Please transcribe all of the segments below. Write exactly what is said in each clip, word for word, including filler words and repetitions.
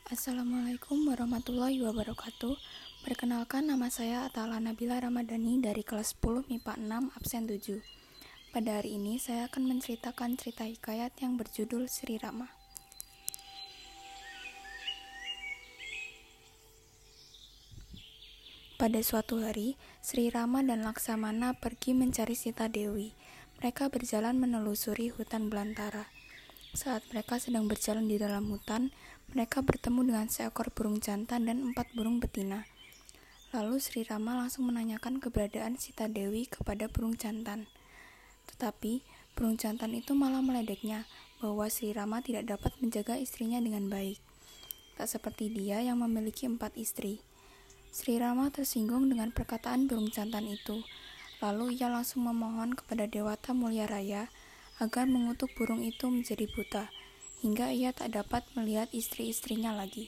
Assalamualaikum warahmatullahi wabarakatuh. Perkenalkan, nama saya Atala Nabila Ramadhani dari kelas sepuluh M I P A enam absen tujuh. Pada hari ini saya akan menceritakan cerita hikayat yang berjudul Sri Rama. Pada suatu hari, Sri Rama dan Laksamana pergi mencari Sita Dewi. Mereka berjalan menelusuri hutan belantara. Saat mereka sedang berjalan di dalam hutan, mereka bertemu dengan seekor burung jantan dan empat burung betina. Lalu Sri Rama langsung menanyakan keberadaan Sita Dewi kepada burung jantan. Tetapi, burung jantan itu malah meledeknya bahwa Sri Rama tidak dapat menjaga istrinya dengan baik. Tak seperti dia yang memiliki empat istri. Sri Rama tersinggung dengan perkataan burung jantan itu. Lalu ia langsung memohon kepada Dewata Mulia Raya agar mengutuk burung itu menjadi buta, hingga ia tak dapat melihat istri-istrinya lagi.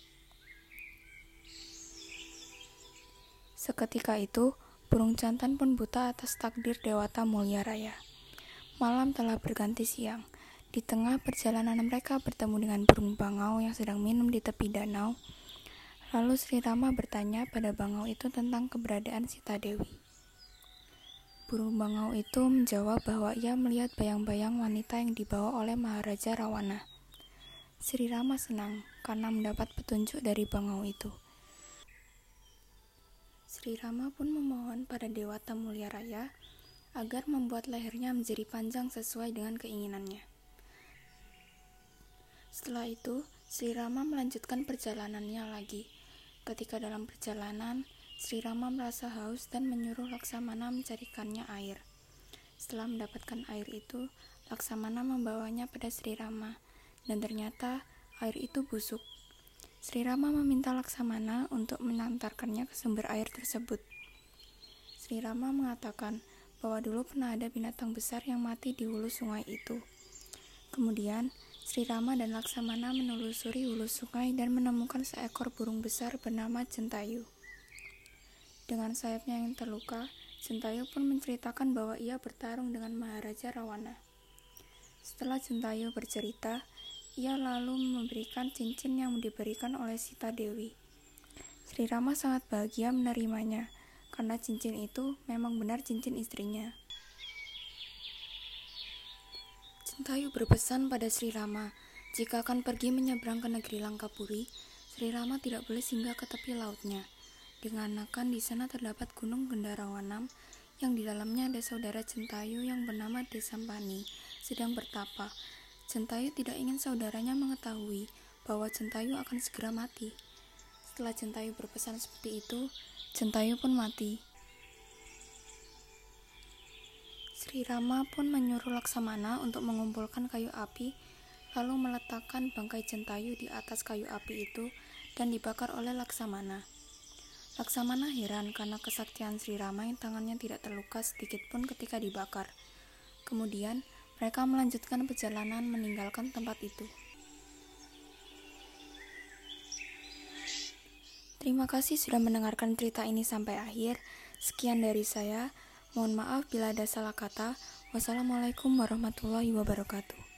Seketika itu, burung jantan pun buta atas takdir Dewata Mulia Raya. Malam telah berganti siang. Di tengah perjalanan mereka bertemu dengan burung bangau yang sedang minum di tepi danau. Lalu Sri Rama bertanya pada bangau itu tentang keberadaan Sita Dewi. Burung bangau itu menjawab bahwa ia melihat bayang-bayang wanita yang dibawa oleh Maharaja Rawana. Sri Rama senang karena mendapat petunjuk dari bangau itu. Sri Rama pun memohon pada Dewata Mulia Raya agar membuat lehernya menjadi panjang sesuai dengan keinginannya. Setelah itu, Sri Rama melanjutkan perjalanannya lagi. Ketika dalam perjalanan, Sri Rama merasa haus dan menyuruh Laksamana mencarikannya air. Setelah mendapatkan air itu, Laksamana membawanya pada Sri Rama, dan ternyata air itu busuk. Sri Rama meminta Laksamana untuk mengantarkannya ke sumber air tersebut. Sri Rama mengatakan bahwa dulu pernah ada binatang besar yang mati di hulu sungai itu. Kemudian, Sri Rama dan Laksamana menelusuri hulu sungai dan menemukan seekor burung besar bernama Jentayu. Dengan sayapnya yang terluka, Jentayu pun menceritakan bahwa ia bertarung dengan Maharaja Rawana. Setelah Jentayu bercerita, ia lalu memberikan cincin yang diberikan oleh Sita Dewi. Sri Rama sangat bahagia menerimanya, karena cincin itu memang benar cincin istrinya. Jentayu berpesan pada Sri Rama, jika akan pergi menyeberang ke negeri Langkapuri, Sri Rama tidak boleh singgah ke tepi lautnya. Dikarenakan di sana terdapat gunung Gendarawanam yang di dalamnya ada saudara Jentayu yang bernama Desampani sedang bertapa. Jentayu tidak ingin saudaranya mengetahui bahwa Jentayu akan segera mati. Setelah Jentayu berpesan seperti itu, Jentayu pun mati. Sri Rama pun menyuruh Laksamana untuk mengumpulkan kayu api, lalu meletakkan bangkai Jentayu di atas kayu api itu dan dibakar oleh Laksamana. Laksamana heran karena kesaktian Sri Rama yang tangannya tidak terluka sedikit pun ketika dibakar. Kemudian, mereka melanjutkan perjalanan meninggalkan tempat itu. Terima kasih sudah mendengarkan cerita ini sampai akhir. Sekian dari saya. Mohon maaf bila ada salah kata. Wassalamualaikum warahmatullahi wabarakatuh.